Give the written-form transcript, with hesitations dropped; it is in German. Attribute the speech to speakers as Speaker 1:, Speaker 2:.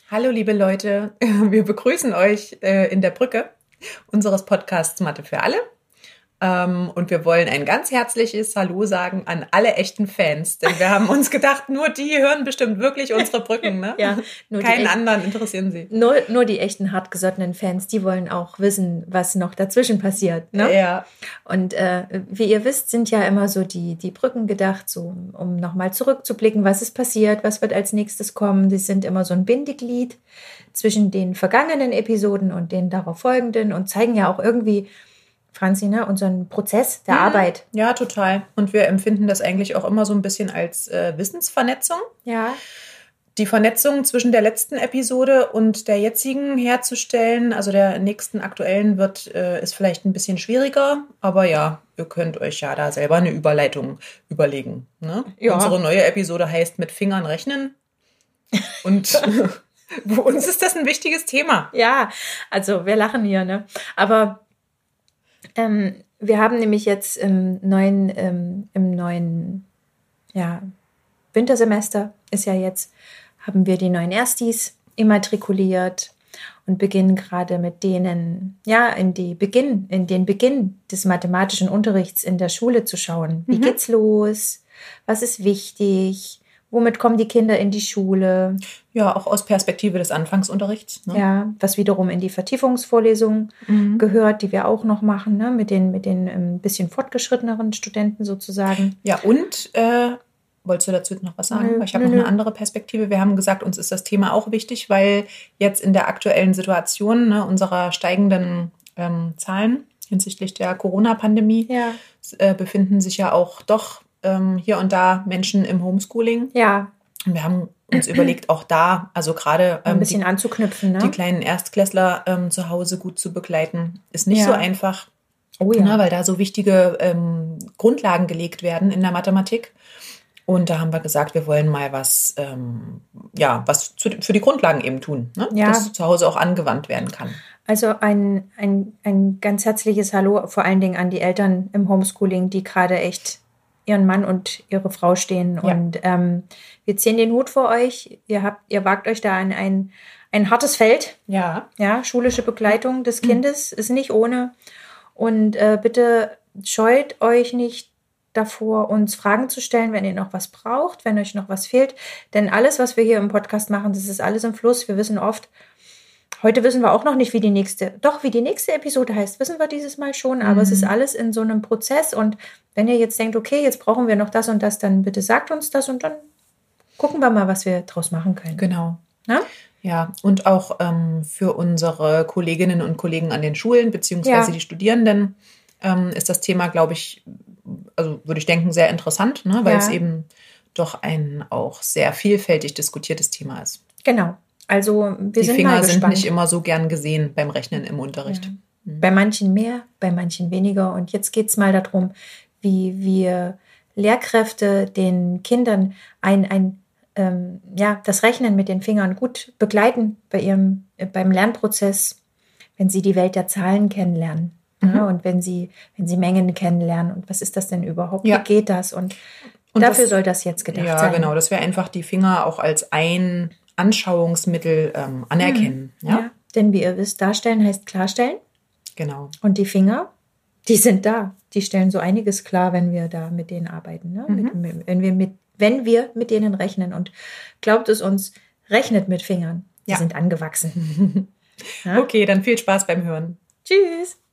Speaker 1: Hallo liebe Leute, wir begrüßen euch in der Brücke unseres Podcasts Mathe für alle. Und wir wollen ein ganz herzliches Hallo sagen an alle echten Fans, denn wir haben uns gedacht, nur die hören bestimmt wirklich unsere Brücken, ne?
Speaker 2: Ja, nur
Speaker 1: Keinen anderen interessieren sie.
Speaker 2: Nur die echten hartgesottenen Fans, die wollen auch wissen, was noch dazwischen passiert, ne?
Speaker 1: Ja.
Speaker 2: Und wie ihr wisst, sind ja immer so die Brücken gedacht, so um nochmal zurückzublicken, was ist passiert, was wird als nächstes kommen. Die sind immer so ein Bindeglied zwischen den vergangenen Episoden und den darauf folgenden und zeigen ja auch irgendwie, Franzi, ne, unseren Prozess der Arbeit.
Speaker 1: Ja, total. Und wir empfinden das eigentlich auch immer so ein bisschen als Wissensvernetzung.
Speaker 2: Ja.
Speaker 1: Die Vernetzung zwischen der letzten Episode und der jetzigen herzustellen, also der nächsten aktuellen ist vielleicht ein bisschen schwieriger, aber ja, ihr könnt euch ja da selber eine Überleitung überlegen. Ne?
Speaker 2: Ja.
Speaker 1: Unsere neue Episode heißt mit Fingern rechnen und für uns ist das ein wichtiges Thema.
Speaker 2: Ja, also wir lachen hier, ne? Aber wir haben nämlich jetzt im neuen Wintersemester ist ja jetzt, haben wir die neuen Erstis immatrikuliert und beginnen gerade mit denen, ja, in den Beginn des mathematischen Unterrichts in der Schule zu schauen. Wie geht's los? Was ist wichtig? Womit kommen die Kinder in die Schule?
Speaker 1: Ja, auch aus Perspektive des Anfangsunterrichts. Ne?
Speaker 2: Ja, was wiederum in die Vertiefungsvorlesung gehört, die wir auch noch machen, ne? Mit den ein bisschen fortgeschritteneren Studenten sozusagen.
Speaker 1: Ja, und wolltest du dazu noch was sagen? Ich habe noch eine andere Perspektive. Wir haben gesagt, uns ist das Thema auch wichtig, weil jetzt in der aktuellen Situation, ne, unserer steigenden Zahlen hinsichtlich der Corona-Pandemie befinden sich ja auch doch hier und da Menschen im Homeschooling.
Speaker 2: Ja.
Speaker 1: Und wir haben uns überlegt, auch da, also gerade
Speaker 2: ein bisschen anzuknüpfen, ne?
Speaker 1: Die kleinen Erstklässler zu Hause gut zu begleiten, ist nicht so einfach.
Speaker 2: Oh ja.
Speaker 1: Ne, weil da so wichtige Grundlagen gelegt werden in der Mathematik. Und da haben wir gesagt, wir wollen mal was für die Grundlagen eben tun, ne?
Speaker 2: Ja.
Speaker 1: Dass zu Hause auch angewandt werden kann.
Speaker 2: Also ein ganz herzliches Hallo vor allen Dingen an die Eltern im Homeschooling, die gerade echt ihren Mann und ihre Frau stehen. Ja. Und wir ziehen den Hut vor euch. Ihr wagt euch da in ein hartes Feld.
Speaker 1: Ja.
Speaker 2: Ja, schulische Begleitung des Kindes ist nicht ohne. Und bitte scheut euch nicht davor, uns Fragen zu stellen, wenn ihr noch was braucht, wenn euch noch was fehlt. Denn alles, was wir hier im Podcast machen, das ist alles im Fluss. Wir wissen oft, heute wissen wir auch noch nicht, wie die nächste Episode heißt, wissen wir dieses Mal schon, aber es ist alles in so einem Prozess. Und wenn ihr jetzt denkt, okay, jetzt brauchen wir noch das und das, dann bitte sagt uns das und dann gucken wir mal, was wir draus machen können.
Speaker 1: Genau.
Speaker 2: Na?
Speaker 1: Ja, und auch für unsere Kolleginnen und Kollegen an den Schulen, beziehungsweise die Studierenden, ist das Thema, glaube ich, also würde ich denken, sehr interessant, ne? Weil es eben doch ein auch sehr vielfältig diskutiertes Thema ist.
Speaker 2: Genau. Also
Speaker 1: die Finger sind nicht immer so gern gesehen beim Rechnen im Unterricht.
Speaker 2: Ja. Bei manchen mehr, bei manchen weniger. Und jetzt geht es mal darum, wie wir Lehrkräfte den Kindern das Rechnen mit den Fingern gut begleiten beim Lernprozess, wenn sie die Welt der Zahlen kennenlernen. Ja, und wenn sie Mengen kennenlernen und was ist das denn überhaupt? Wie geht das? Und dafür soll das jetzt gedacht sein.
Speaker 1: Ja, genau, dass wir einfach die Finger auch als ein Anschauungsmittel anerkennen. Ja,
Speaker 2: denn wie ihr wisst, darstellen heißt klarstellen.
Speaker 1: Genau.
Speaker 2: Und die Finger, die sind da. Die stellen so einiges klar, wenn wir da mit denen arbeiten. Ne? Wenn wir mit denen rechnen. Und glaubt es uns, rechnet mit Fingern. Die sind angewachsen.
Speaker 1: Okay, dann viel Spaß beim Hören.
Speaker 2: Tschüss.